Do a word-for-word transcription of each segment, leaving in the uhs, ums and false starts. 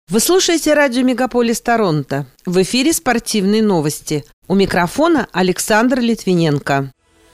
Вы слушаете радио «Мегаполис Торонто». В эфире спортивные новости. У микрофона Александр Литвиненко.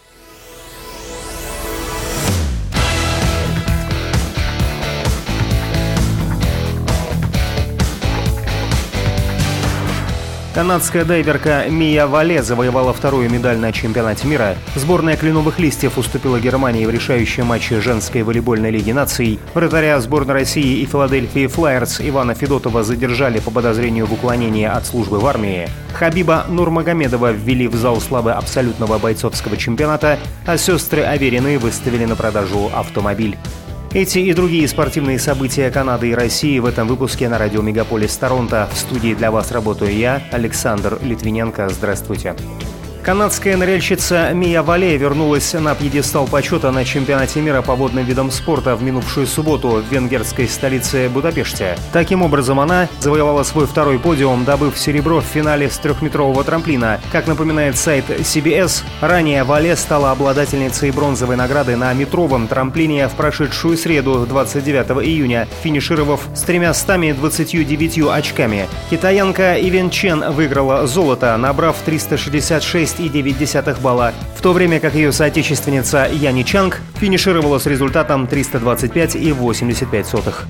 Канадская дайверка Мия Вале завоевала вторую медаль на чемпионате мира. Сборная Кленовых листьев уступила Германии в решающем матче женской волейбольной лиги наций. Вратаря сборной России и Филадельфии Флайерс Ивана Федотова задержали по подозрению в уклонении от службы в армии. Хабиба Нурмагомедова ввели в зал славы абсолютного бойцовского чемпионата, а сестры Аверины выставили на продажу автомобиль. Эти и другие спортивные события Канады и России в этом выпуске на радио «Мегаполис Торонто». В студии для вас работаю я, Александр Литвиненко. Здравствуйте. Канадская ныряльщица Мия Вале вернулась на пьедестал почета на чемпионате мира по водным видам спорта в минувшую субботу в венгерской столице Будапеште. Таким образом, она завоевала свой второй подиум, добыв серебро в финале с трехметрового трамплина. Как напоминает сайт си би эс, ранее Вале стала обладательницей бронзовой награды на метровом трамплине в прошедшую среду, двадцать девятого июня, финишировав с тремястами двадцатью девятью очками. Китаянка Ивен Чен выиграла золото, набрав триста шестьдесят шесть и девять десятых балла, в то время как ее соотечественница Яни Чанг финишировала с результатом триста двадцать пять и восемьдесят пять сотых.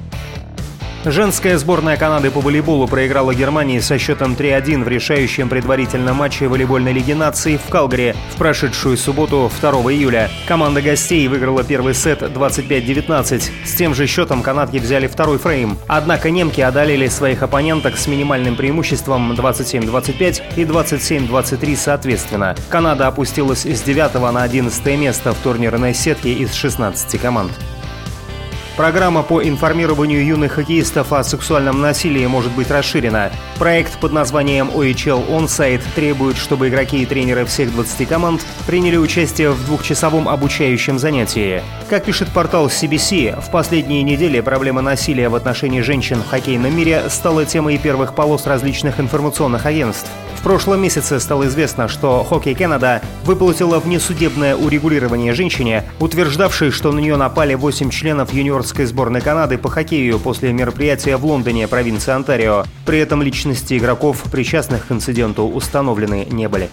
Женская сборная Канады по волейболу проиграла Германии со счетом три один в решающем предварительном матче волейбольной лиги наций в Калгари в прошедшую субботу второго июля. Команда гостей выиграла первый сет двадцать пять девятнадцать. С тем же счетом канадки взяли второй фрейм. Однако немки одолели своих оппоненток с минимальным преимуществом двадцать семь двадцать пять и двадцать семь двадцать три соответственно. Канада опустилась с девятого на одиннадцатое место в турнирной сетке из шестнадцати команд. Программа по информированию юных хоккеистов о сексуальном насилии может быть расширена. Проект под названием о эйч эл On-Site требует, чтобы игроки и тренеры всех двадцати команд приняли участие в двухчасовом обучающем занятии. Как пишет портал си би си, в последние недели проблема насилия в отношении женщин в хоккейном мире стала темой первых полос различных информационных агентств. В прошлом месяце стало известно, что Hockey Canada выплатила внесудебное урегулирование женщине, утверждавшей, что на нее напали восемь членов юниорской сборной Канады по хоккею после мероприятия в Лондоне, провинции Онтарио. При этом личности игроков, причастных к инциденту, установлены не были.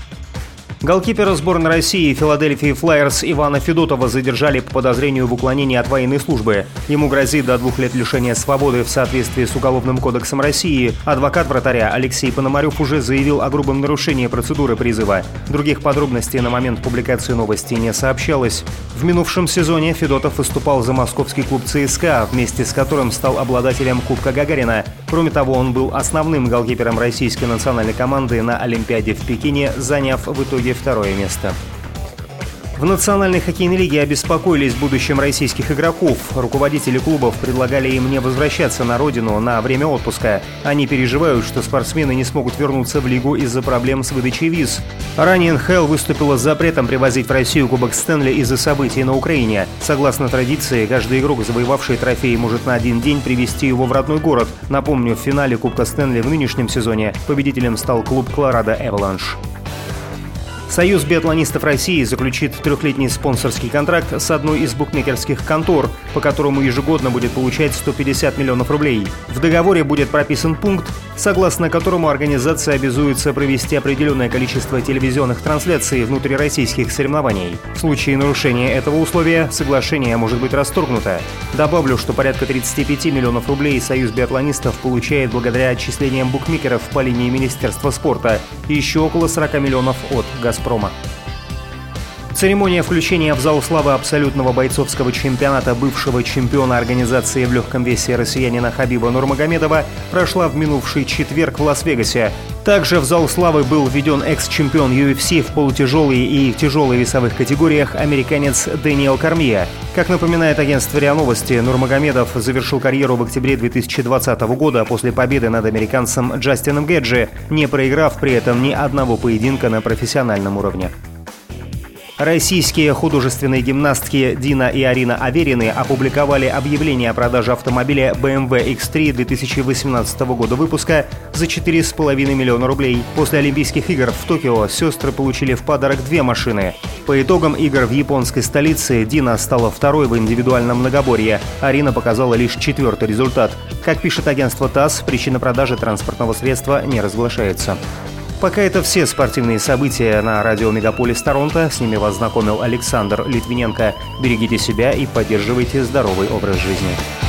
Голкипера сборной России и Филадельфии Флайерс Ивана Федотова задержали по подозрению в уклонении от военной службы. Ему грозит до двух лет лишения свободы в соответствии с Уголовным кодексом России. Адвокат вратаря Алексей Пономарев уже заявил о грубом нарушении процедуры призыва. Других подробностей на момент публикации новости не сообщалось. В минувшем сезоне Федотов выступал за московский клуб ЦСКА, вместе с которым стал обладателем Кубка Гагарина. Кроме того, он был основным голкипером российской национальной команды на Олимпиаде в Пекине, заняв в итоге второе место. В Национальной хоккейной лиге обеспокоились будущим российских игроков. Руководители клубов предлагали им не возвращаться на родину на время отпуска. Они переживают, что спортсмены не смогут вернуться в лигу из-за проблем с выдачей виз. Ранее эн ха эл выступила с запретом привозить в Россию Кубок Стэнли из-за событий на Украине. Согласно традиции, каждый игрок, завоевавший трофей, может на один день привезти его в родной город. Напомню, в финале Кубка Стэнли в нынешнем сезоне победителем стал клуб Колорадо Эваланш. Союз биатлонистов России заключит трехлетний спонсорский контракт с одной из букмекерских контор, по которому ежегодно будет получать сто пятьдесят миллионов рублей. В договоре будет прописан пункт, согласно которому организация обязуется провести определенное количество телевизионных трансляций внутрироссийских соревнований. В случае нарушения этого условия соглашение может быть расторгнуто. Добавлю, что порядка тридцати пяти миллионов рублей Союз биатлонистов получает благодаря отчислениям букмекеров по линии Министерства спорта и еще около сорока миллионов от «Газпрома». Церемония включения в зал славы абсолютного бойцовского чемпионата бывшего чемпиона организации в легком весе россиянина Хабиба Нурмагомедова прошла в минувший четверг в Лас-Вегасе. Также в зал славы был введен экс-чемпион ю эф си в полутяжелой и тяжелой весовых категориях американец Дэниел Кормье. Как напоминает агентство РИА Новости, Нурмагомедов завершил карьеру в октябре две тысячи двадцатого года после победы над американцем Джастином Геджи, не проиграв при этом ни одного поединка на профессиональном уровне. Российские художественные гимнастки Дина и Арина Аверины опубликовали объявление о продаже автомобиля бэ эм вэ икс три две тысячи восемнадцатого года выпуска за четыре с половиной миллиона рублей. После Олимпийских игр в Токио сестры получили в подарок две машины. По итогам игр в японской столице Дина стала второй в индивидуальном многоборье. Арина показала лишь четвертый результат. Как пишет агентство ТАСС, причина продажи транспортного средства не разглашается. Пока это все спортивные события на радио Мегаполис Торонто. С ними вас знакомил Александр Литвиненко. Берегите себя и поддерживайте здоровый образ жизни.